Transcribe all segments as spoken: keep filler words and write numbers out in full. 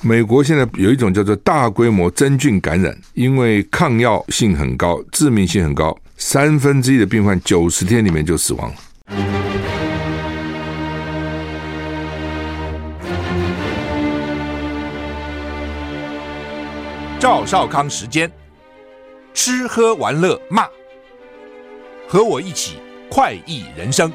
美国现在有一种叫做大规模真菌感染，因为抗药性很高，致命性很高，三分之一的病患九十天里面就死亡了。 赵少康时间，吃喝玩乐骂，和我一起快意人生。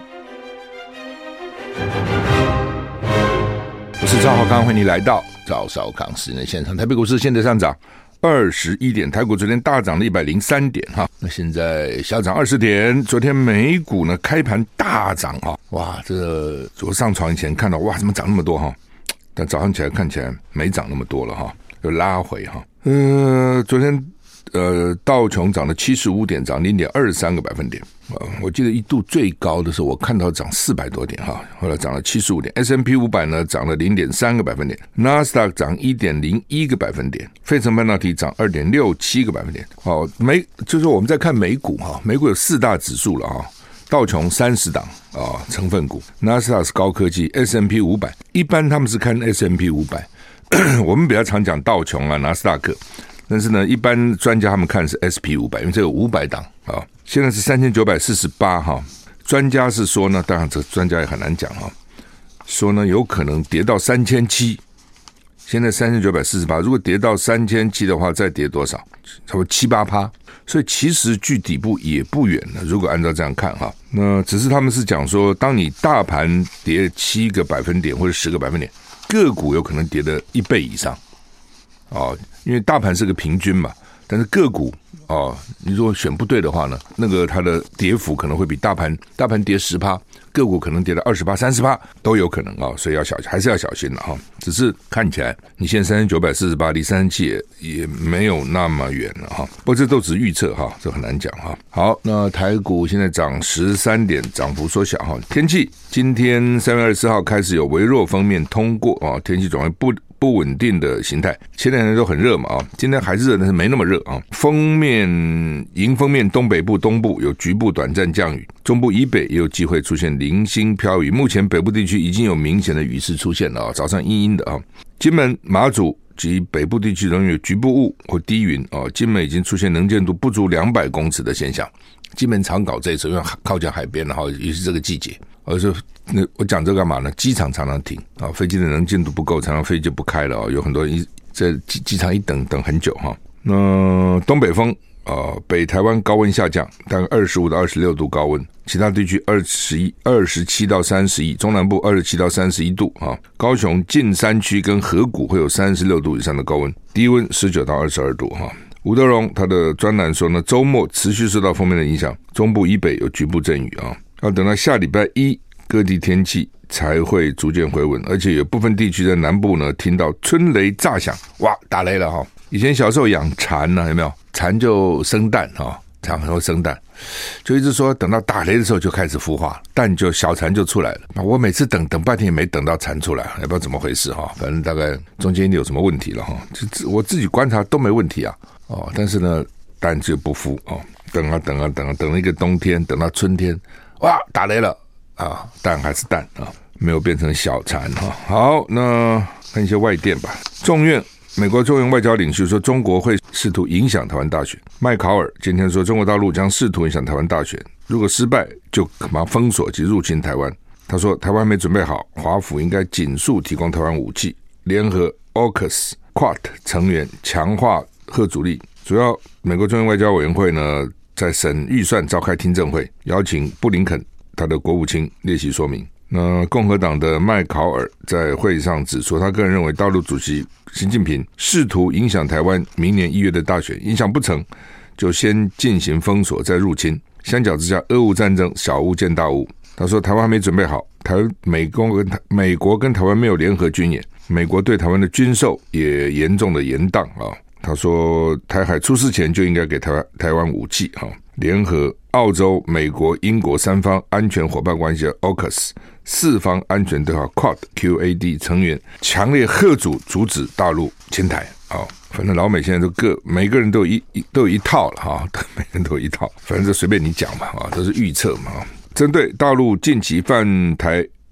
我是赵少康，欢迎你来到赵少康时间现场。台北股市现在上涨二十一点，台股昨天大涨了一百零三点哈，那现在小涨二十点。昨天美股呢开盘大涨哈，哇，这个我上床以前看到哇，怎么涨那么多哈？但早上起来看起来没涨那么多了哈，又拉回哈。呃，昨天呃道琼涨了七十五点，涨零点二三个百分点。呃，我记得一度最高的时候，我看到涨四百多点哈，后来涨了七十五点。S and P 五百 呢涨了零点三个百分点，纳斯达克涨一点零一个百分点，费城半导体涨二点六七个百分点。好，美就是我们在看美股哈，美股有四大指数了哈，道琼三十档啊成分股，纳斯达克是高科技 ，S and P 五百 一般他们是看 S and P 五百，我们比较常讲道琼啊、纳斯达克。但是呢，一般专家他们看的是 S P 五百，因为这有五百档啊。现在是三千九百四十八哈。专家是说呢，当然这专家也很难讲哈，说呢有可能跌到三千七百。现在三千九百四十八，如果跌到三千七百的话，再跌多少？差不多七八趴。所以其实距底部也不远了。如果按照这样看哈，那只是他们是讲说，当你大盘跌七个百分点或者十个百分点，个股有可能跌的一倍以上。哦，因为大盘是个平均嘛，但是个股哦，你如果选不对的话呢，那个它的跌幅可能会比大盘大盘跌十趴，个股可能跌到二十趴、三十趴都有可能啊、哦，所以要小心，还是要小心的哈、哦。只是看起来你现在三千九百四十八离三千七也也没有那么远了哈、哦。不过这都只是预测哈，这很难讲哈。好，那台股现在涨十三点，涨幅缩小哈。天气今天三月二十四号开始有微弱锋面通过啊、哦，天气转为不。不稳定的形态，前两天都很热嘛啊，今天还是热，但是没那么热啊。锋面迎风面东北部、东部有局部短暂降雨，中部以北也有机会出现零星飘雨。目前北部地区已经有明显的雨势出现了啊，早上阴阴的啊。金门、马祖及北部地区仍有局部雾或低云啊。金门已经出现能见度不足两百公尺的现象。金门常搞这一次，因为靠近海边，然后也是这个季节。我说，那我讲这个干嘛呢？机场常常停啊，飞机的能见度不够，常常飞机就不开了啊。有很多人在机机场一等等很久哈。那东北风啊，北台湾高温下降，大概二十五到二十六度高温，其他地区二十一、二十七到三十一，中南部二十七到三十一度啊。高雄近山区跟河谷会有三十六度以上的高温，低温十九到二十二度哈。吴德荣他的专栏说呢，周末持续受到锋面的影响，中部以北有局部阵雨啊。要等到下礼拜一，各地天气才会逐渐回稳，而且有部分地区在南部呢，听到春雷炸响，哇，打雷了哈！以前小时候养蝉呢、啊，有没有？蝉就生蛋哈，蝉很会生蛋，就一直说等到打雷的时候就开始孵化，蛋就小蝉就出来了。我每次等等半天也没等到蝉出来，也不知道怎么回事哈，反正大概中间一定有什么问题了哈。就我自己观察都没问题啊，哦，但是呢，蛋就不孵哦，等啊等啊等啊，等了一个冬天，等到春天。哇，打雷了啊！蛋还是蛋啊，没有变成小蝉哈。好，那看一些外电吧。众院美国众院外交领袖说，中国会试图影响台湾大选。麦考尔今天说，中国大陆将试图影响台湾大选，如果失败，就马上封锁及入侵台湾。他说，台湾没准备好，华府应该紧速提供台湾武器，联合 O C U S Quad 成员，强化核主力。主要美国众院外交委员会呢，在审预算召开听证会，邀请布林肯他的国务卿列席说明。那共和党的麦考尔在会议上指出，他个人认为大陆主席习近平试图影响台湾明年一月的大选，影响不成就先进行封锁再入侵。相较之下，俄乌战争小巫见大巫。他说台湾还没准备好，台美国跟台美国跟台湾没有联合军演，美国对台湾的军售也严重的延宕啊。他说台海出事前就应该给台湾台湾武器哈，联合澳洲、美国、英国三方安全伙伴关系的 O C U S 四方安全对话 Quad Q A D 成员强烈吓阻阻止大陆侵台啊、哦！反正老美现在都各每个人都有一都有一套了哈，每个人都有一套，反正就随便你讲嘛啊，都是预测嘛。针对大陆近期犯台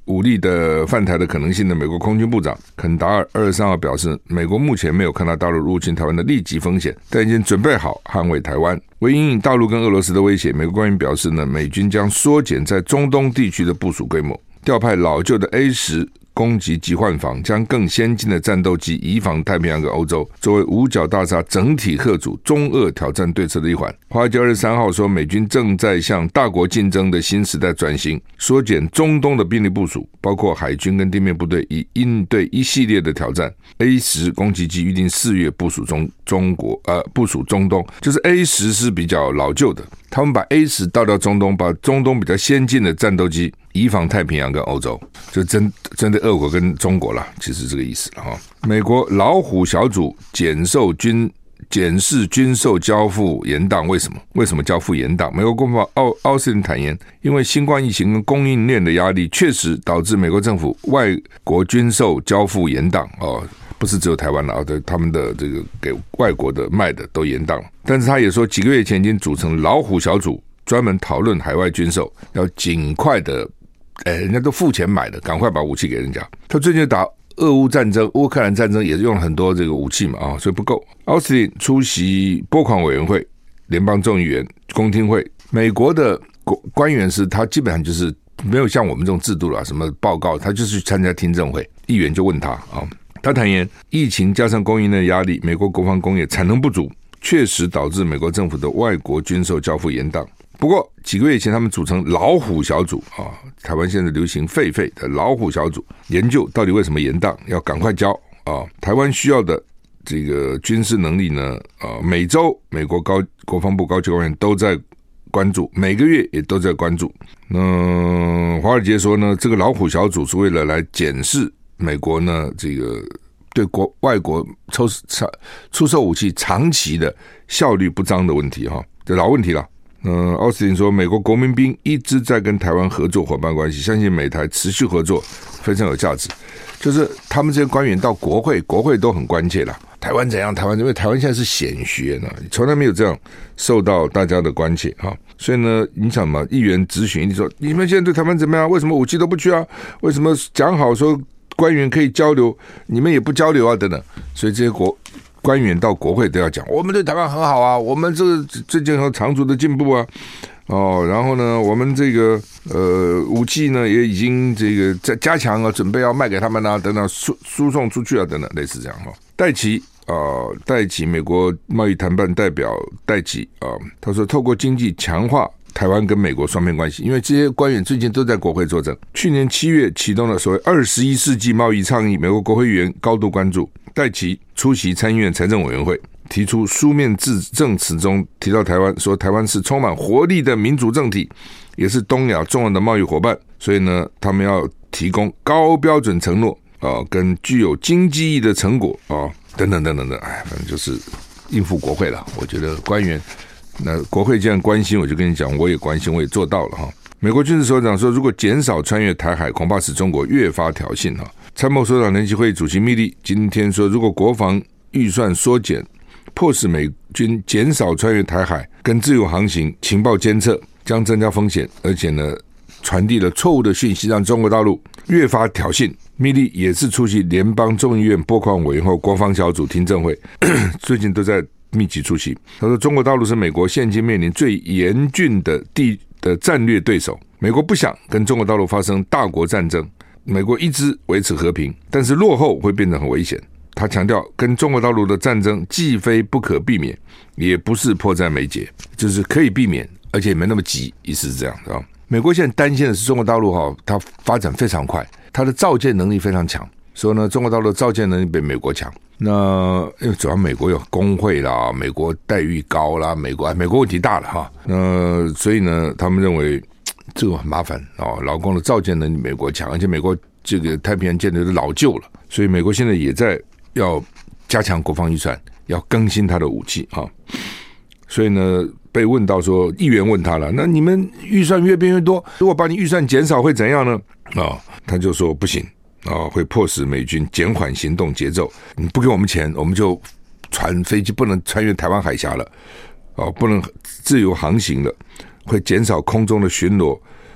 武力的犯台的可能性的美国空军部长肯达尔二十三号表示，美国目前没有看到大陆入侵台湾的立即风险，但已经准备好捍卫台湾。为因应大陆跟俄罗斯的威胁，美国官员表示呢，美军将缩减在中东地区的部署规模，调派老旧的 A 十攻击机换防，将更先进的战斗机移防太平洋跟欧洲，作为五角大厦整体吓阻中俄挑战对策的一环。华尔街二十三号说，美军正在向大国竞争的新时代转型，缩减中东的兵力部署，包括海军跟地面部队，以应对一系列的挑战。A 十攻击机预定四月部署中中国呃部署中东，就是 A 十是比较老旧的，他们把 A 十倒到中东，把中东比较先进的战斗机移防太平洋跟欧洲，就针针对俄国跟中国啦，其实这个意思了哈。美国老虎小组检售军检视军售交付延宕，为什么？为什么交付延宕？美国国防部奥奥斯汀坦言，因为新冠疫情跟供应链的压力，确实导致美国政府外国军售交付延宕哦。不是只有台湾了啊，他们的这个给外国的卖的都延宕了。但是他也说，几个月前已经组成老虎小组，专门讨论海外军售，要尽快的，哎，人家都付钱买的，赶快把武器给人家。他最近打俄乌战争、乌克兰战争也是用了很多这个武器嘛啊，所以不够。奥斯汀出席拨款委员会、联邦众议员公听会，美国的官员是他基本上就是没有像我们这种制度啦，什么报告，他就是去参加听证会，议员就问他啊。他坦言，疫情加上供应链的压力，美国国防工业产能不足，确实导致美国政府的外国军售交付延宕。不过几个月前，他们组成老虎小组啊，台湾现在流行狒狒的老虎小组，研究到底为什么延宕，要赶快交啊。台湾需要的这个军事能力呢，啊，每周美国高国防部高级官员都在关注，每个月也都在关注。那华尔街说呢，这个老虎小组是为了来检视美国呢，这个对国外国出出售武器长期的效率不彰的问题哈，这老问题了。呃，奥斯汀说，美国国民兵一直在跟台湾合作伙伴关系，相信美台持续合作非常有价值。就是他们这些官员到国会，国会都很关切了。台湾怎样？台湾因为台湾现在是显学呢，从来没有这样受到大家的关切哈。所以呢，你想嘛，议员质询，你说你们现在对台湾怎么样？为什么武器都不去啊？为什么讲好说官员可以交流，你们也不交流啊？等等，所以这些国官员到国会都要讲，我们对台湾很好啊，我们这个最近有长足的进步啊，哦，然后呢，我们这个呃武器呢也已经这个在加强了，准备要卖给他们啊，等等，输输送出去啊，等等，类似这样哈。戴奇啊、呃，戴奇美国贸易谈判代表戴奇啊、呃，他说，透过经济强化台湾跟美国双边关系，因为这些官员最近都在国会作证。去年七月启动了所谓二十一世纪贸易倡议，美国国会议员高度关注。戴奇出席参议院财政委员会，提出书面致证词中提到台湾，说台湾是充满活力的民主政体，也是东亚重要的贸易伙伴，所以呢，他们要提供高标准承诺啊、呃，跟具有经济意义的成果啊、呃，等等等等的，哎，反正就是应付国会了。我觉得官员。那国会既然关心，我就跟你讲，我也关心，我也做到了哈。美国军事首长说，如果减少穿越台海，恐怕使中国越发挑衅哈。参谋首长联席会议主席密利今天说，如果国防预算缩减，迫使美军减少穿越台海跟自由航行，情报监测将增加风险，而且呢，传递了错误的讯息，让中国大陆越发挑衅。密利也是出席联邦众议院拨款委员会国防小组听证会，最近都在密集出席。他说，中国大陆是美国现今面临最严峻的地的战略对手，美国不想跟中国大陆发生大国战争，美国一直维持和平，但是落后会变得很危险。他强调，跟中国大陆的战争既非不可避免，也不是迫在眉睫，就是可以避免，而且也没那么急，意思是这样的。美国现在担心的是中国大陆哈，它发展非常快，它的造舰能力非常强，所以呢，中国大陆的造舰能力比美国强。那因为主要美国有工会啦，美国待遇高啦，美国美国问题大了哈。那所以呢，他们认为这个很麻烦哦，劳工的造舰能力美国强，而且美国这个太平洋舰队都老旧了，所以美国现在也在要加强国防预算，要更新它的武器哈。所以呢，被问到说，议员问他了，那你们预算越变越多，如果把你预算减少会怎样呢？哦，他就说不行。哦，会迫使美军减缓行动节奏。你不给我们钱，我们就船飞机不能穿越台湾海峡了，哦，不能自由航行了，会减少空中的巡逻，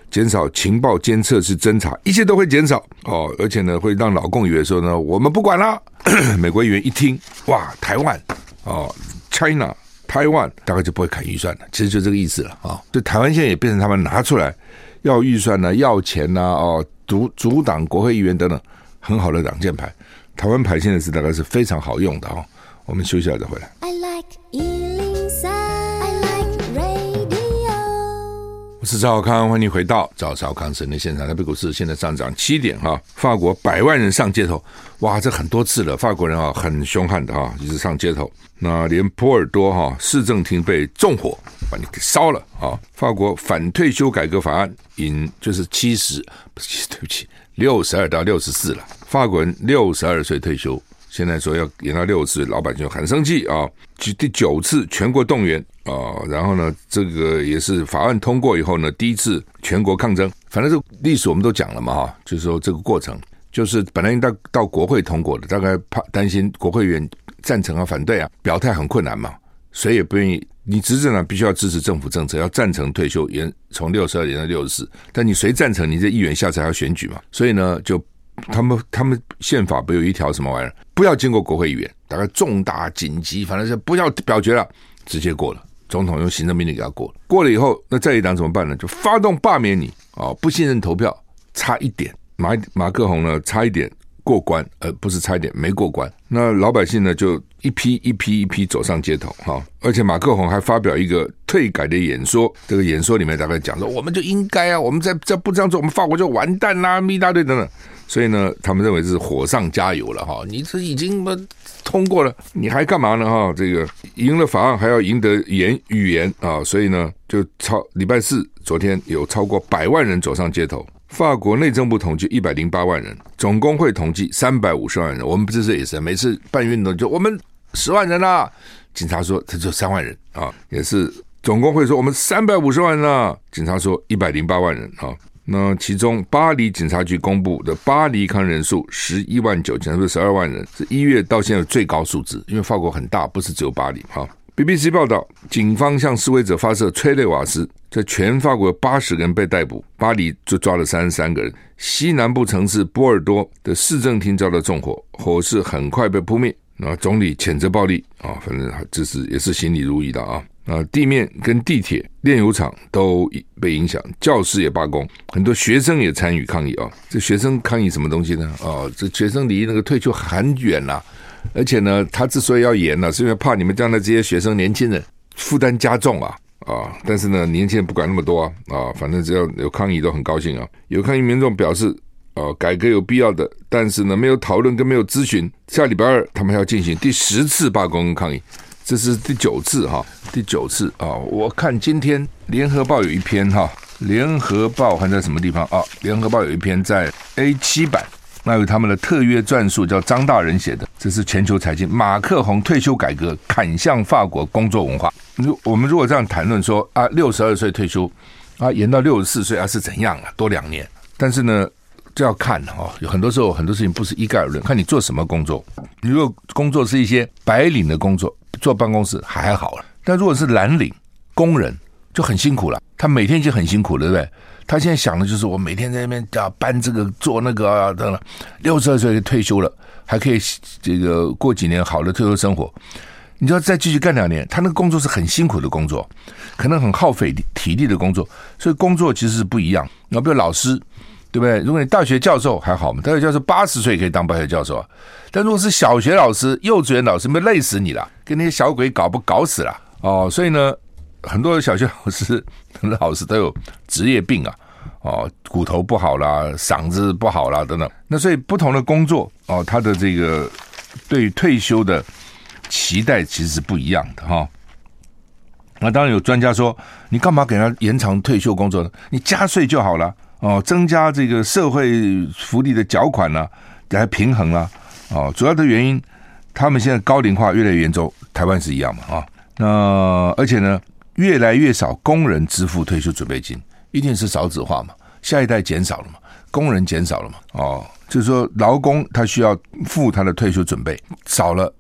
减少情报监测是侦查，一切都会减少哦，而且呢会让老共以为说呢我们不管了。美国议员一听，哇，台湾哦 ，China 台湾大概就不会砍预算了，其实就这个意思了啊、哦。所以台湾现在也变成他们拿出来要预算呢、要钱呢、哦，阻阻挡国会议员等等，很好的挡箭牌。台湾牌现在是大概是非常好用的哦。我们休息一下再回来。I like 一零三 I like radio。我是赵少康，欢迎回到赵少康神的现场。台北股市现在上涨七点哈，法国百万人上街头，哇，这很多次了，法国人啊很凶悍的哈，一直上街头。那连波尔多哈市政厅被纵火，把你给烧了啊！法国反退休改革法案引就是七十，不是对不起，六十二到六十四了。法国人六十二岁退休，现在说要延到六十，老百姓很生气啊！第九次全国动员啊，然后呢，这个也是法案通过以后呢，第一次全国抗争。反正这历史我们都讲了嘛哈，就是说这个过程，就是本来应该到国会通过的，大概怕担心国会议员赞成啊、反对啊，表态很困难嘛，谁也不愿意。你执政啊，必须要支持政府政策，要赞成退休延从六十二延到六十四，但你谁赞成，你这议员下次还要选举嘛，所以呢，就他们他们宪法不有一条什么玩意儿，不要经过国会议员，大概重大紧急，反正是不要表决了，直接过了。总统用行政命令给他过了，过了以后，那在野党怎么办呢？就发动罢免你哦，不信任投票，差一点，马马克宏呢差一点过关，呃，不是差一点没过关。那老百姓呢就一批一批一批走上街头哈、哦，而且马克宏还发表一个退改的演说，这个演说里面大概讲说，我们就应该啊，我们再再不这样做，我们法国就完蛋啦，一大堆等等。所以呢，他们认为是火上加油了哈，你这已经通过了，你还干嘛呢哈？这个赢了法案还要赢得言语言啊，所以呢，就超礼拜四昨天有超过百万人走上街头。法国内政部统计一百零八万人，总工会统计三百五十万人。我们不是也是每次办运动就我们十万人啦，警察说这就三万人啊，也是总工会说我们三百五十万人啦，警察说一百零八万人啊。那其中巴黎警察局公布的巴黎抗人数十一万九千，是十二万人，是一月到现在最高数字，因为法国很大，不是只有巴黎哈。B B C 报道，警方向示威者发射催泪瓦斯，在全法国有八十个人被逮捕，巴黎就抓了三十三个人。西南部城市波尔多的市政厅遭到纵火，火势很快被扑灭。那总理谴责暴力啊，反正这是也是心里如意的啊。啊，地面跟地铁、炼油厂都被影响，教师也罢工，很多学生也参与抗议啊。这学生抗议什么东西呢？啊，这学生离那个退休很远啦、啊，而且呢，他之所以要严呢、啊，是因为怕你们将来这些学生、年轻人负担加重啊啊！但是呢，年轻人不管那么多啊啊，反正只要有抗议都很高兴啊。有抗议民众表示，呃，改革有必要的，但是呢，没有讨论跟没有咨询。下礼拜二他们还要进行第十次罢工跟抗议。这是第九次哈，第九次啊！我看今天联合报有一篇哈，联合报还在什么地方啊？联合报有一篇在 A 七 版，那有他们的特约撰述，叫张大人写的，这是全球财经。马克宏退休改革砍向法国工作文化。我们如果这样谈论说啊，六十二岁退休啊，延到六十四岁啊是怎样啊？多两年。但是呢，这要看哦，有很多时候很多事情不是一概而论，看你做什么工作。你如果工作是一些白领的工作，坐办公室还好了，但如果是蓝领工人就很辛苦了，他每天已经很辛苦了，对不对？他现在想的就是我每天在那边啊搬这个做那个啊等等，六十二岁退休了，还可以这个过几年好的退休生活。你就要再继续干两年，他那个工作是很辛苦的工作，可能很耗费体力的工作，所以工作其实是不一样。你要比如老师，对不对？如果你大学教授还好嘛，大学教授八十岁可以当大学教授啊。但如果是小学老师、幼稚园老师，没累死你了，跟那些小鬼搞不搞死了哦。所以呢，很多小学老师、老师都有职业病啊，哦，骨头不好啦，嗓子不好啦等等。那所以不同的工作哦，他的这个对于退休的期待其实是不一样的哈。那当然有专家说，你干嘛给他延长退休工作呢？你加税就好了。哦，增加这个社会福利的缴款呢、啊，来平衡啦、啊。哦，主要的原因，他们现在高龄化越来越严重，台湾是一样嘛啊。那而且呢，越来越少工人支付退休准备金，一定是少子化嘛，下一代减少了嘛，工人减少了嘛。哦，就是说劳工他需要付他的退休准备少了，那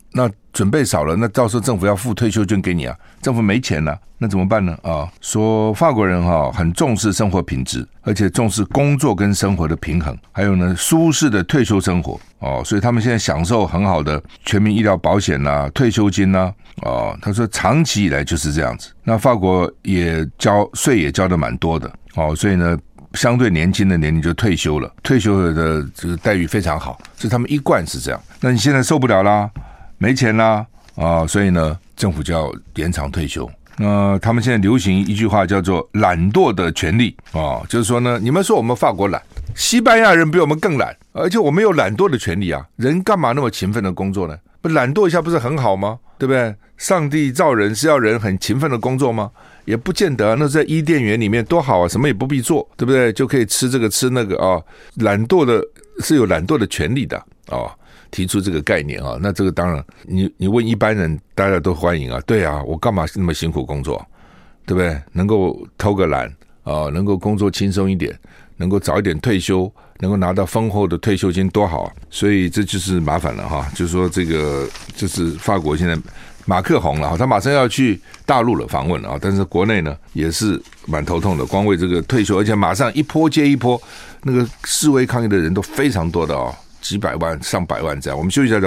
准备少了，那到时候政府要付退休金给你啊，政府没钱了、啊，那怎么办呢？啊，说法国人哈、哦、很重视生活品质，而且重视工作跟生活的平衡，还有呢舒适的退休生活哦，所以他们现在享受很好的全民医疗保险啦、啊、退休金啦、啊、哦，他说长期以来就是这样子。那法国也交税也交的蛮多的哦，所以呢。相对年轻的年龄就退休了，退休的这个待遇非常好，所以他们一贯是这样。那你现在受不了啦，没钱啦啊，所以呢，政府就要延长退休。那他们现在流行一句话叫做"懒惰的权利"啊，就是说呢，你们说我们法国懒，西班牙人比我们更懒，而且我们有懒惰的权利啊，人干嘛那么勤奋的工作呢？不懒惰一下不是很好吗？对不对？上帝造人是要人很勤奋的工作吗？也不见得、啊、那在伊甸园里面多好啊，什么也不必做，对不对？就可以吃这个吃那个啊。懒惰的是有懒惰的权利的啊。提出这个概念啊，那这个当然你你问一般人大家都欢迎啊。对啊，我干嘛那么辛苦工作，对不对？能够偷个懒啊，能够工作轻松一点，能够早一点退休，能够拿到丰厚的退休金多好啊。所以这就是麻烦了哈，就是说这个就是法国现在马克宏了，他马上要去大陆了访问了，但是国内呢也是蛮头痛的，光为这个退休，而且马上一波接一波，那个示威抗议的人都非常多的哦，几百万上百万这样。我们休息一下。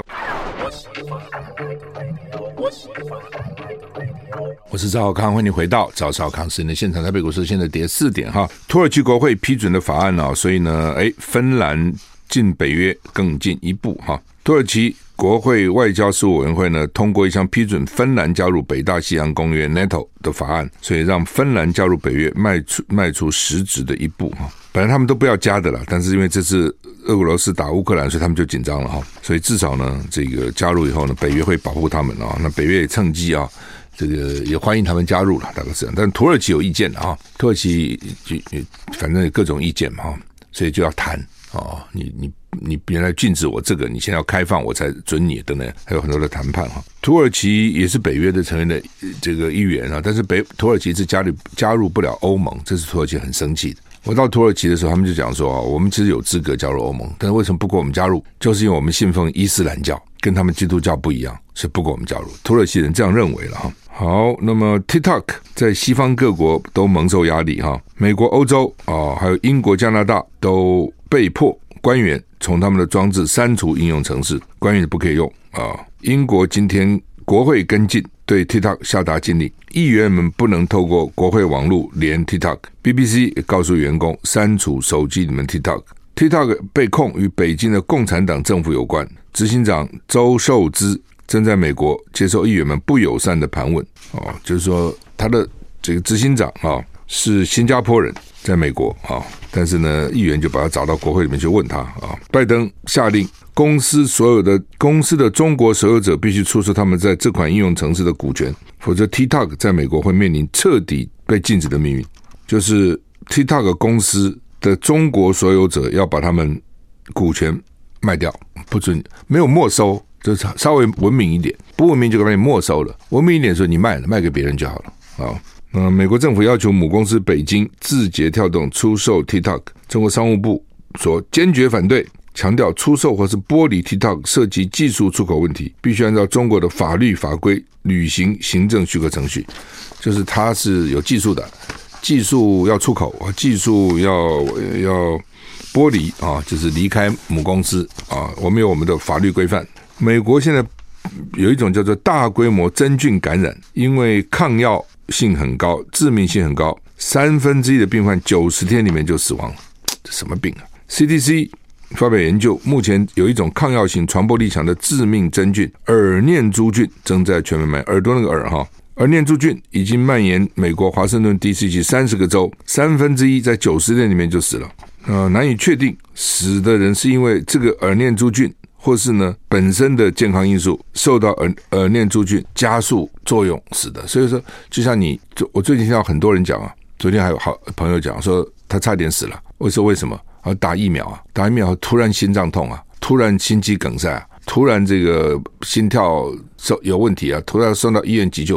我是赵少康，欢迎回到赵少康时间的现场。台北股市现在跌四点哈，土耳其国会批准的法案哦，所以呢，哎，芬兰进北约更进一步哈。土耳其国会外交事务委员会呢通过一项批准芬兰加入北大西洋公约 NATO 的法案，所以让芬兰加入北约迈出迈出实质的一步哈。本来他们都不要加的啦，但是因为这次俄罗斯打乌克兰，所以他们就紧张了哈。所以至少呢，这个加入以后呢，北约会保护他们啊。那北约也趁机啊，这个也欢迎他们加入了，大概是这样。但土耳其有意见的哈，土耳其就反正有各种意见嘛，所以就要谈哦。你你你原来禁止我这个，你现在要开放我才准你等等，还有很多的谈判哈。土耳其也是北约的成员的这个一员啊，但是北土耳其是加入加入不了欧盟，这是土耳其很生气的。我到土耳其的时候，他们就讲说，我们其实有资格加入欧盟，但是为什么不给我们加入？就是因为我们信奉伊斯兰教，跟他们基督教不一样，所以不给我们加入。土耳其人这样认为了哈。好，那么 TikTok 在西方各国都蒙受压力哈，美国、欧洲啊，还有英国、加拿大都被迫官员从他们的装置删除应用程式，官员不可以用啊。英国今天国会跟进，对 TikTok 下达禁令，议员们不能透过国会网络连 TikTok。B B C 也告诉员工删除手机里面 TikTok。TikTok 被控与北京的共产党政府有关，执行长周受资正在美国接受议员们不友善的盘问。哦，就是说他的这个执行长啊是新加坡人，在美国啊，但是呢，议员就把他找到国会里面去问他啊。拜登下令公司所有的公司的中国所有者必须出售他们在这款应用程式的股权，否则 TikTok 在美国会面临彻底被禁止的命运。就是 TikTok 公司的中国所有者要把他们股权卖掉，不准没有没收，就是稍微文明一点，不文明就把你没收了，文明一点说你卖了，卖给别人就好了啊。呃，美国政府要求母公司北京字节跳动出售 TikTok， 中国商务部说坚决反对，强调出售或是剥离 TikTok 涉及技术出口问题，必须按照中国的法律法规履行行政许可程序，就是它是有技术的，技术要出口，技术要要剥离啊，就是离开母公司啊，我们有我们的法律规范。美国现在有一种叫做大规模真菌感染，因为抗药性很高，致命性很高，三分之一的病患九十天里面就死亡了，这什么病啊 ？C D C 发表研究，目前有一种抗药性、传播力强的致命真菌耳念珠菌正在全面蔓延，耳朵那个耳哈，耳念珠菌已经蔓延美国华盛顿 D C 及三十个州，三分之一在九十天里面就死了。呃，难以确定死的人是因为这个耳念珠菌，或是呢本身的健康因素受到耳耳念珠菌加速作用死的。所以说，就像你，我最近听到很多人讲啊，昨天还有好朋友讲说他差点死了，我说为什么？啊，打疫苗啊，打疫苗突然心脏痛啊，突然心肌梗塞啊，突然这个心跳有问题啊，突然送到医院急救，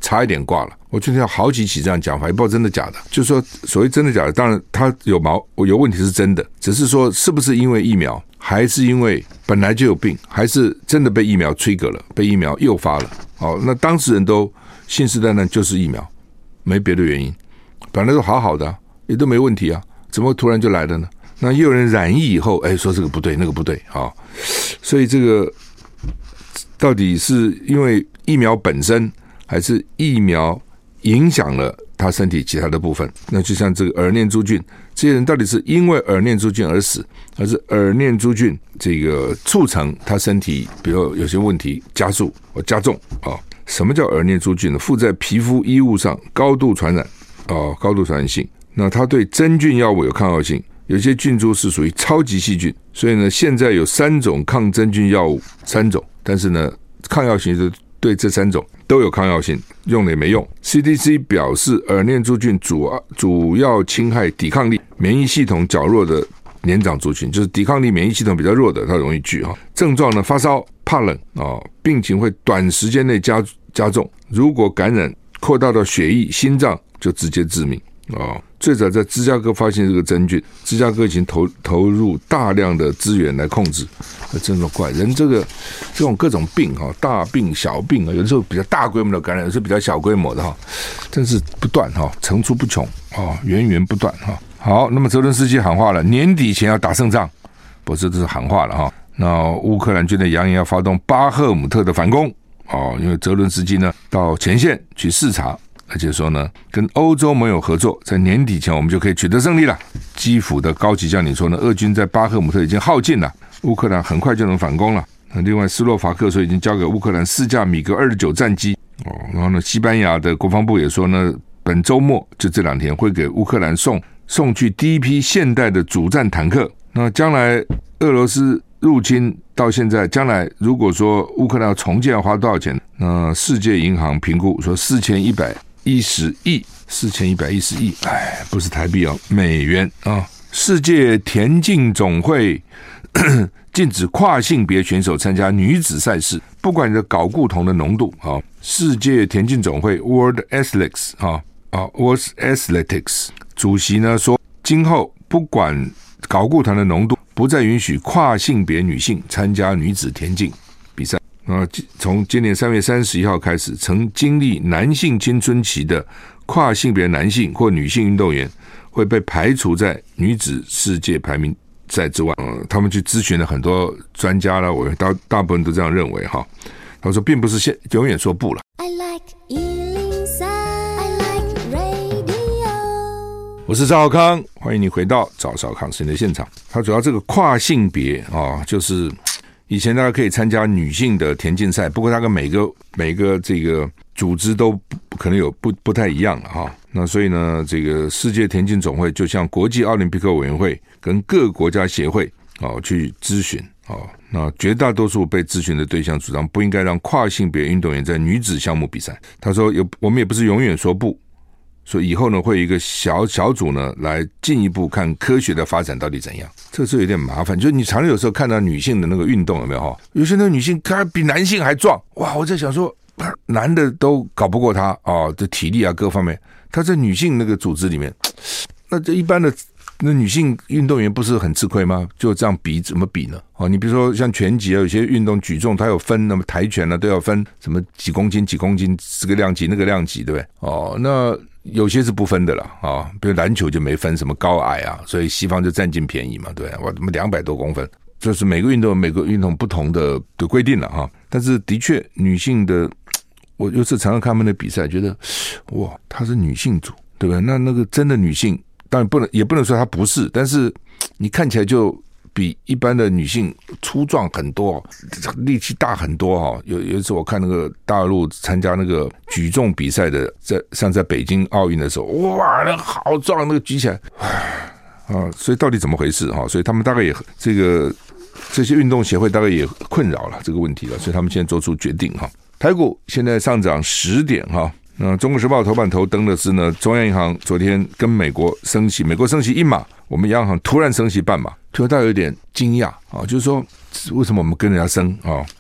差一点挂了。我今天有好几起这样讲法，也不知道真的假的。就是说，所谓真的假的，当然他有毛有问题是真的，只是说是不是因为疫苗，还是因为本来就有病，还是真的被疫苗trigger了，被疫苗诱发了。好，那当事人都信誓旦旦就是疫苗，没别的原因，本来都好好的、啊，也都没问题啊，怎么突然就来了呢？那也有人染疫以后，哎，说这个不对，那个不对啊，所以这个到底是因为疫苗本身，还是疫苗影响了他身体其他的部分？那就像这个耳念珠菌，这些人到底是因为耳念珠菌而死，还是耳念珠菌这个促成他身体比如有些问题加速或加重啊？什么叫耳念珠菌呢？附在皮肤衣物上，高度传染啊，高度传染性。那它对真菌药物有抗药性。有些菌株是属于超级细菌，所以呢，现在有三种抗真菌药物，三种，但是呢，抗药性是对这三种都有抗药性，用了也没用。C D C 表示，耳念珠菌主主要侵害抵抗力、免疫系统较弱的年长族群，就是抵抗力、免疫系统比较弱的，它容易聚哈。症状呢，发烧、怕冷啊，病情会短时间内加加重，如果感染扩大到血液、心脏，就直接致命。哦，最早在芝加哥发现这个真菌，芝加哥已经投投入大量的资源来控制。真的怪人，这个这种各种病哈，大病小病啊，有的时候比较大规模的感染，有时候比较小规模的哈，真是不断哈，层出不穷啊，源源不断哈。好，那么泽伦斯基喊话了，年底前要打胜仗，不是这是喊话了哈。那乌克兰军队扬言要发动巴赫姆特的反攻哦，因为泽伦斯基呢到前线去视察。而且说呢，跟欧洲盟友合作，在年底前我们就可以取得胜利了。基辅的高级将领说呢，俄军在巴赫姆特已经耗尽了，乌克兰很快就能反攻了。那另外，斯洛伐克说已经交给乌克兰四架米格二十九战机哦。然后呢，西班牙的国防部也说呢，本周末就这两天会给乌克兰送送去第一批现代的主战坦克。那将来俄罗斯入侵到现在，将来如果说乌克兰要重建要花多少钱？那世界银行评估说四千一百一十亿，四千一百一十亿，哎，不是台币哦，美元啊！世界田径总会禁止跨性别选手参加女子赛事，不管你的睾固酮的浓度啊。世界田径总会 World Athletics 啊啊 World Athletics 主席呢说，今后不管睾固酮的浓度，不再允许跨性别女性参加女子田径比赛。啊，从今年三月三十一号开始，曾经历男性青春期的跨性别男性或女性运动员会被排除在女子世界排名赛之外。呃，他们去咨询了很多专家了，我大大部分都这样认为哈。他说，并不是现永远说不了。I like 一零三 I like radio。我是赵少康，欢迎你回到赵少康新闻的现场。他主要这个跨性别啊，就是。以前大家可以参加女性的田径赛，不过它跟每个每个这个组织都可能有不不太一样了哈。那所以呢，这个世界田径总会就像国际奥林匹克委员会跟各国家协会哦去咨询哦。那绝大多数被咨询的对象主张不应该让跨性别运动员在女子项目比赛。他说有我们也不是永远说不。所以以后呢，会有一个小小组呢，来进一步看科学的发展到底怎样。这是有点麻烦，就是你常常有时候看到女性的那个运动有没有哈？有些那个女性她比男性还壮，哇！我在想说，男的都搞不过她哦，这体力啊各方面，她在女性那个组织里面，那这一般的那女性运动员不是很吃亏吗？就这样比怎么比呢？哦，你比如说像拳击啊，有些运动举重它有分，那么跆拳呢、啊、都要分什么几公斤几公斤，这个量级那个量级，对不对？哦，那。有些是不分的啦，啊，比如篮球就没分什么高矮啊，所以西方就占尽便宜嘛，对，我他妈两百多公分，就是每个运动每个运动不同的的规定了哈。但是的确，女性的，我有次常常看他们的比赛，觉得哇，她是女性组，对不对？那那个真的女性，当然不能也不能说她不是，但是你看起来就。比一般的女性粗壮很多，力气大很多哈。有有一次我看那个大陆参加那个举重比赛的，在像在北京奥运的时候，哇，那好壮，那个举起来，啊，所以到底怎么回事哈？所以他们大概也这个这些运动协会大概也困扰了这个问题了，所以他们现在做出决定哈。台股现在上涨十点哈。那中国时报头版头登的是呢，中央银行昨天跟美国升息，美国升息一码，我们央行突然升息半码，突然大家有点惊讶啊，就是说为什么我们跟人家升啊？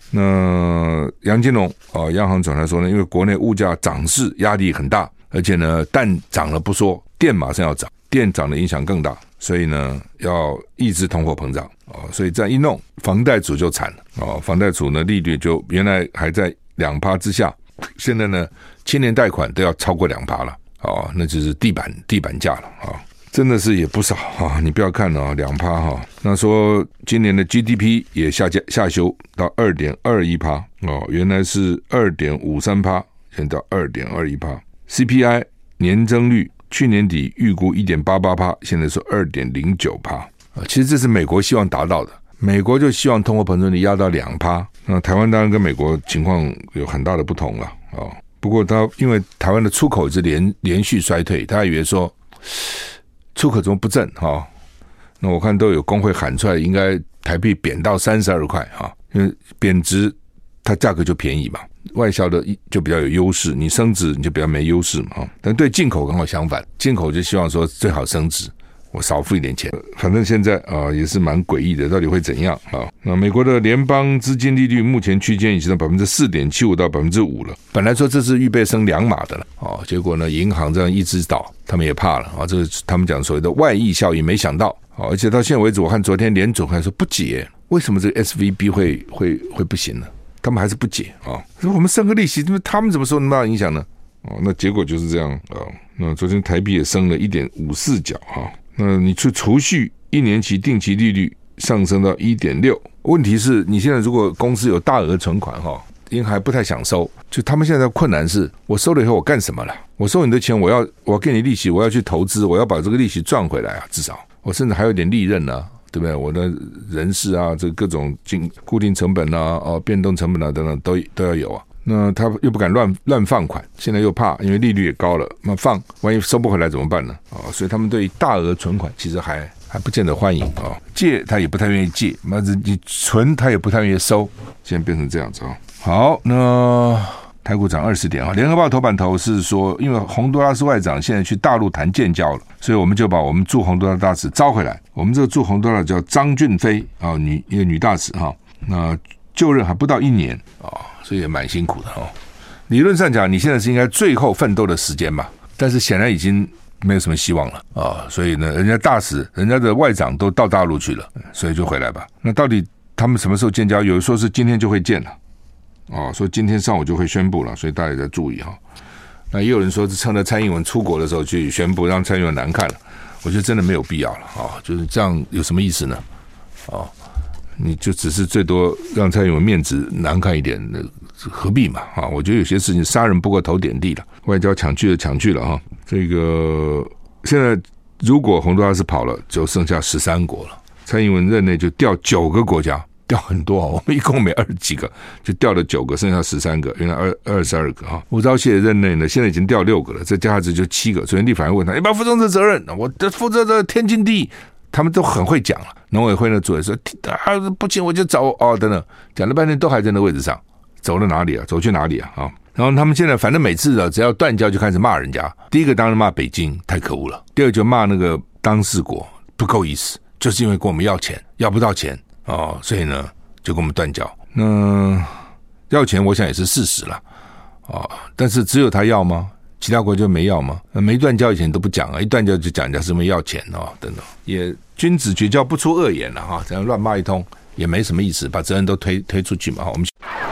那杨金龙啊，央行总裁说呢，因为国内物价涨势压力很大，而且呢，蛋涨了不说，电马上要涨，电涨的影响更大，所以呢，要抑制通货膨胀啊，所以这样一弄，房贷族就惨了啊，房贷族呢利率就原来还在两趴之下，现在呢，青年贷款都要超过两趴了啊，那就是地板地板价了啊。真的是也不少啊！你不要看啊，两趴哈。那说今年的 G D P 也下降下修到二点二一趴哦，原来是二点五三趴，现在到二点二一趴。C P I 年增率去年底预估一点八八趴，现在是二点零九趴啊。其实这是美国希望达到的，美国就希望通货膨胀率压到两趴。那台湾当然跟美国情况有很大的不同了啊。不过他因为台湾的出口是连连续衰退，他以为说。出口怎么不振哈？那我看都有工会喊出来，应该台币贬到三十二块哈，因为贬值它价格就便宜嘛，外销的就比较有优势，你升值你就比较没优势嘛哈。但对进口刚好相反，进口就希望说最好升值，我少付一点钱。反正现在啊也是蛮诡异的，到底会怎样啊？那美国的联邦资金利率目前区间已经到百分之四点七五到百分之五了。本来说这是预备升两码的了哦，结果呢，银行这样一直倒，他们也怕了啊。这是他们讲所谓的外溢效应，没想到哦，而且到现在为止，我看昨天联总还说不解，为什么这个 S V B 会会会不行呢？他们还是不解啊。说我们升个利息，他们怎么受那么大影响呢？哦，那结果就是这样啊。那昨天台币也升了一点五四角哈。那你去储蓄一年期定期利率上升到 一点六， 问题是你现在如果公司有大额存款哈，银行还不太想收，就他们现在的困难是我收了以后我干什么了？我收你的钱，我要我要给你利息，我要去投资，我要把这个利息赚回来啊，至少我甚至还有点利润呢、啊，对不对？我的人事啊，这各种固定成本啊、哦变动成本啊等等都都要有啊。那他又不敢乱乱放款，现在又怕，因为利率也高了，那放万一收不回来怎么办呢？哦，所以他们对于大额存款其实还还不见得欢迎啊、哦，借他也不太愿意借，那你存他也不太愿意收，现在变成这样子啊、哦。好，那台股涨二十点啊。联合报头版头是说，因为洪都拉斯外长现在去大陆谈建交了，所以我们就把我们驻洪都拉大使招回来。我们这个驻洪都拉叫张俊飞啊、哦，女一个女大使哈、哦，那就任还不到一年啊。哦，所以也蛮辛苦的哦。理论上讲，你现在是应该最后奋斗的时间嘛，但是显然已经没有什么希望了啊、哦。所以呢，人家大使、人家的外长都到大陆去了，所以就回来吧。那到底他们什么时候建交？有人说是今天就会建了，哦，所以今天上午就会宣布了，所以大家也在注意哈、哦。那也有人说是趁着蔡英文出国的时候去宣布，让蔡英文难看了。我觉得真的没有必要了啊、哦，就是这样有什么意思呢？哦。你就只是最多让蔡英文面子难看一点，何必嘛？啊，我觉得有些事情杀人不过头点地了，外交抢去了抢去了哈。这个现在如果洪都拉斯跑了，就剩下十三国了，蔡英文任内就掉九个国家，掉很多啊。我们一共没二十几个，就掉了九个，剩下十三个，原来二二十二个哈。吴钊燮任内呢，现在已经掉六个了，再加上这就七个。昨天立法院问他，你不要负这责任，我的负责的天经地义。他们都很会讲了，农委会的主任说啊不行我就走哦等等，讲了半天都还在那位置上，走了哪里啊？走去哪里啊？啊！然后他们现在反正每次啊只要断交就开始骂人家，第一个当然骂北京太可恶了，第二就骂那个当事国不够意思，就是因为跟我们要钱要不到钱哦，所以呢就跟我们断交。那要钱我想也是事实了啊、哦，但是只有他要吗？其他国家没要吗？没断交以前都不讲啊，一断交就讲人家是因为要钱哦，等等。也君子绝交不出恶言了哈，这样乱骂一通也没什么意思，把责任都推推出去嘛。我们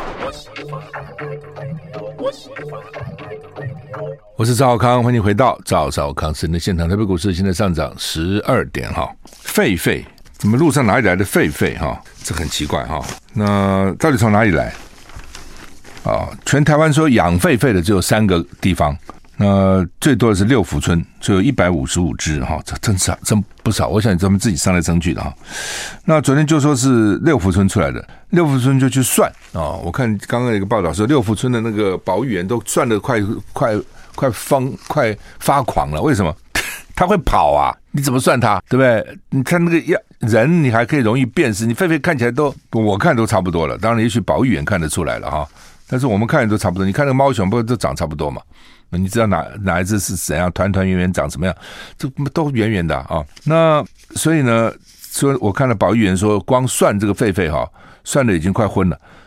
我是赵少康，欢迎回到赵少康私人的现场。台北股市现在上涨十二点哈，狒狒怎么路上哪里来的狒狒哈？这很奇怪哈。那到底从哪里来？啊，全台湾说养狒狒的只有三个地方，那最多的是六福村，就有一百五十五只哈，这真是真不少。我想他们自己上来争取的哈。那昨天就说是六福村出来的，六福村就去算啊。我看刚刚有一个报道说，六福村的那个保育员都算得快快快疯快发狂了。为什么？他会跑啊，你怎么算他？对不对？你看那个人，你还可以容易辨识，你狒狒看起来都，我看都差不多了。当然，也许保育员看得出来了哈。但是我们看的都差不多，你看那个猫熊不都长差不多嘛？你知道哪哪一只是怎样团团圆圆长什么样？这都圆圆的啊。那所以呢，说我看了保育员说，光算这个狒狒哈，算的已经快昏了。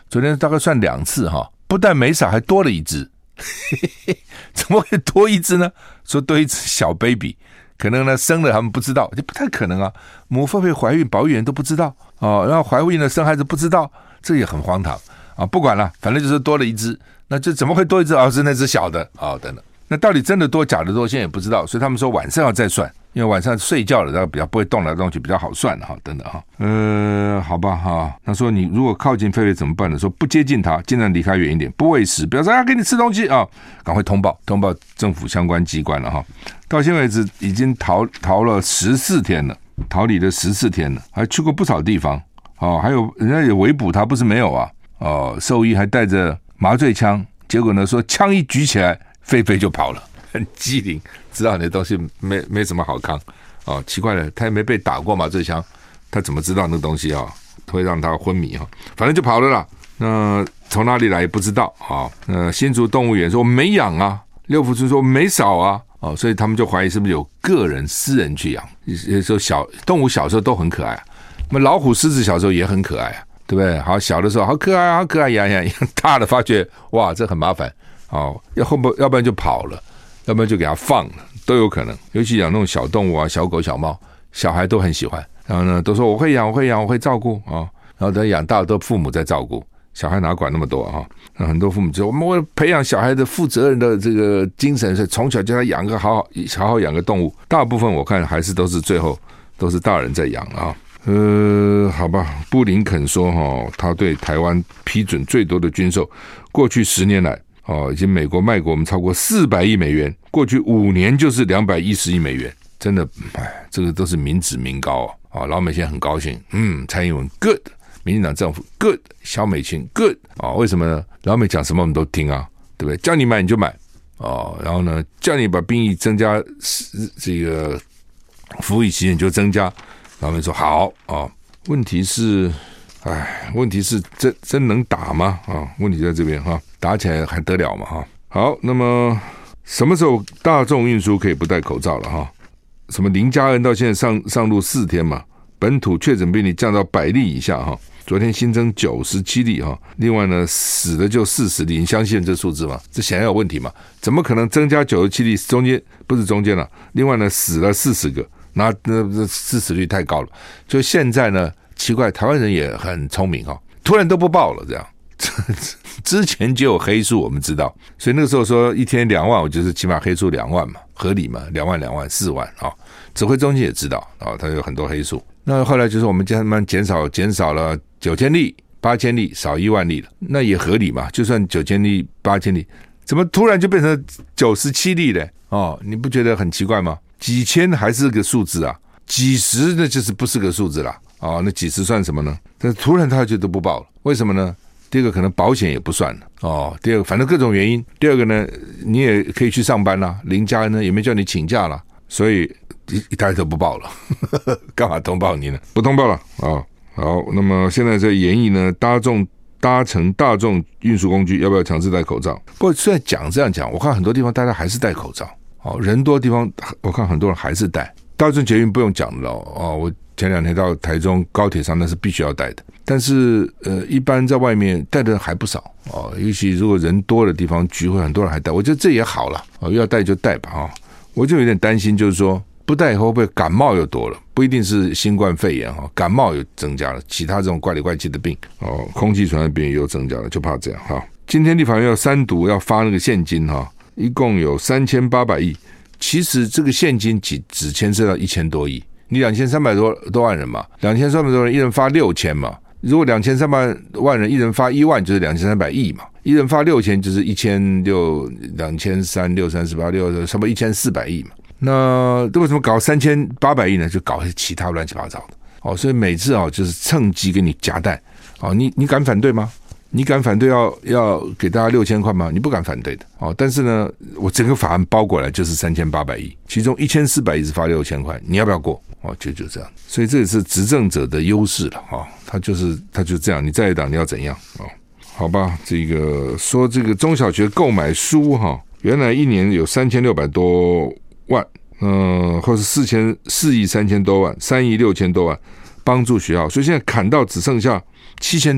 昨天大概算两次哈，不但没少，还多了一只。怎么会多一只呢？说多一只小 baby， 可能呢生了他们不知道，就不太可能啊。母会不会怀孕，保育员都不知道哦，然后怀孕了生孩子不知道，这也很荒唐啊。不管了，反正就是多了一只，那这怎么会多一只？哦，是那只小的啊、哦，等等。那到底真的多假的多，现在也不知道，所以他们说晚上要再算，因为晚上睡觉了，然后比较不会动来动去，比较好算哈，等等哈。呃，好吧哈。他说你如果靠近狒狒怎么办呢？说不接近它，尽量离开远一点，不喂食，不要说要给你吃东西啊，赶快通报通报政府相关机关了哈。到现在为止已经逃逃了十四天了，逃离了十四天了，还去过不少地方哦，还有人家也围捕他，不是没有啊哦，兽医还带着麻醉枪，结果呢说枪一举起来，狒狒就跑了，很机灵，知道你的东西没没什么好康哦，奇怪了，他也没被打过麻醉枪，他怎么知道那个东西啊、哦、会让他昏迷啊、哦？反正就跑了啦。那从哪里来也不知道啊。呃，新竹动物园说没养啊，六福村说没少啊，哦，所以他们就怀疑是不是有个人私人去养。有时候小动物小时候都很可爱、啊，那么老虎、狮子小时候也很可爱啊，对不对？好，小的时候好可爱，好可爱呀呀，大了发觉哇，这很麻烦。哦，要后不，要不然就跑了，要不然就给它放了，都有可能。尤其养那种小动物啊，小狗、小猫，小孩都很喜欢。然后呢，都说我会养，我会养，我会照顾啊、哦。然后等养大了，都父母在照顾，小孩哪管那么多啊？那很多父母就我们为了培养小孩的负责任的这个精神，所以从小叫他养个好好好好养个动物。大部分我看还是都是最后都是大人在养啊。呃，好吧，布林肯说哈、哦，他对台湾批准最多的军售，过去十年来。哦，已经美国卖给我们超过四百亿美元，过去五年就是两百一十亿美元，真的，哎，这个都是民脂民膏啊！啊、哦，老美现在很高兴，嗯，蔡英文 good， 民进党政府 good， 萧美琴 good， 啊、哦，为什么呢？老美讲什么我们都听啊，对不对？叫你买你就买哦，然后呢，叫你把兵役增加，这个服役期间就增加，老美说好啊、哦，问题是。哎，问题是真真能打吗？啊，问题在这边哈，打起来还得了嘛哈？好，那么什么时候大众运输可以不戴口罩了哈？什么林佳恩到现在上上路四天嘛，本土确诊病例降到百例以下哈。昨天新增九十七例哈，另外呢死的就四十例，你相信这数字吗？这显然有问题嘛？怎么可能增加九十七例？中间不是中间了，另外呢死了四十个，那那致死率太高了。就现在呢。奇怪，台湾人也很聪明哈、哦，突然都不报了这样。之前就有黑数，我们知道，所以那个时候说一天两万，我就是起码黑数两万嘛，合理嘛，两万两万四万啊、哦。指挥中心也知道啊、哦，它有很多黑数。那后来就是我们慢慢减少，减少了九千例、八千例，少一万例了，那也合理嘛。就算九千例、八千例，怎么突然就变成九十七例嘞？哦，你不觉得很奇怪吗？几千还是个数字啊，几十那就是不是个数字啦。哦，那几十算什么呢？但是突然他就都不报了，为什么呢？第一个可能保险也不算了哦，第二个反正各种原因。第二个呢，你也可以去上班啦，林家呢也没叫你请假啦，所以一一大家都不报了，干嘛通报你呢？不通报了啊、哦。好，那么现在在研议呢，大众搭乘大众运输工具要不要强制戴口罩？不过虽然讲这样讲，我看很多地方大家还是戴口罩哦，人多的地方我看很多人还是戴。大众捷运不用讲了哦，我。前两天到台中高铁上，那是必须要戴的。但是呃，一般在外面戴的人还不少哦，尤其如果人多的地方聚会，很多人还戴。我觉得这也好了哦，要戴就戴吧啊、哦。我就有点担心，就是说不戴以后会不会感冒又多了？不一定是新冠肺炎哈、哦，感冒又增加了，其他这种怪里怪气的病哦，空气传染病又增加了，就怕这样哈、哦。今天立法院要三读，要发那个现金哈、哦，一共有三千八百亿。其实这个现金只只牵涉到一千多亿。你两千三百多多万人嘛，两千三百多人，一人发六千嘛。如果两千三百万人，一人发一万，就是两千三百亿嘛。一人发六千，就是一千六两千三六三十八六，差不多一千四百亿嘛。那为什么搞三千八百亿呢？就搞其他乱七八糟的哦。所以每次啊、哦，就是趁机给你夹带哦。你你敢反对吗？你敢反对要要给大家六千块吗？你不敢反对的哦。但是呢，我整个法案包过来就是三千八百亿，其中一千四百亿是发六千块，你要不要过？哦，就就这样。所以这也是执政者的优势了哈、哦。他就是他就这样，你在野党你要怎样哦？好吧，这个说这个中小学购买书哈、哦，原来一年有三千六百多万，嗯、呃，或是四千四亿三千多万，三亿六千多万帮助学校，所以现在砍到只剩下七千多万。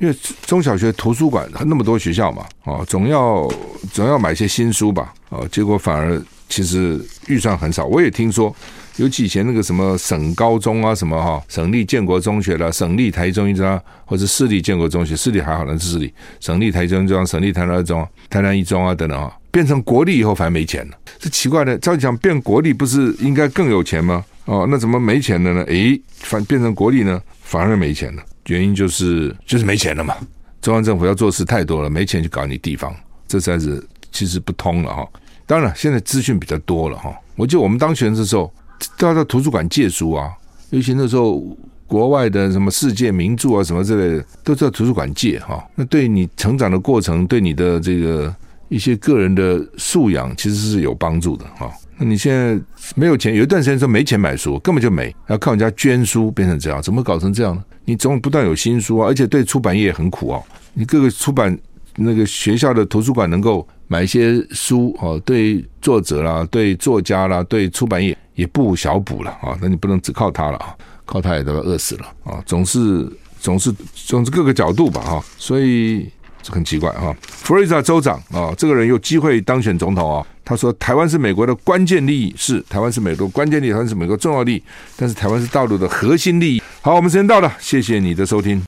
因为中小学图书馆那么多学校嘛，哦，总要总要买些新书吧，哦，结果反而其实预算很少。我也听说，尤其以前那个什么省高中啊，什么哈，省立建国中学啦，省立台中一中啊，或者市立建国中学，市立还好，那是市立，省立台中一中、省立台南二中、台南一中啊等等啊，变成国立以后反而没钱了，是奇怪的。照讲变国立不是应该更有钱吗？哦，那怎么没钱了呢？诶，反变成国立呢，反而没钱了。原因就是就是没钱了嘛。中央政府要做事太多了，没钱去搞你地方，这才是其实不通了哈。当然，现在资讯比较多了哈。我记得我们当学生的时候，都要到图书馆借书啊，尤其那时候国外的什么世界名著啊什么之类的，都在图书馆借哈。那对你成长的过程，对你的这个一些个人的素养，其实是有帮助的哈。那你现在没有钱，有一段时间说没钱买书，根本就没，要靠人家捐书变成这样，怎么搞成这样呢？你总不断有新书啊，而且对出版业很苦哦。你各个出版那个学校的图书馆能够买一些书哦，对作者啦、对作家啦、对出版业也不小补了啊。那你不能只靠他了啊，靠他也都要饿死了啊。总是总是总是各个角度吧哈，所以这很奇怪哈。佛罗里达州长啊，这个人有机会当选总统啊。他说台湾是美国的关键利益，是台湾是美国关键利益，台湾是美国重要利益，但是台湾是大陆的核心利益。好，我们时间到了，谢谢你的收听。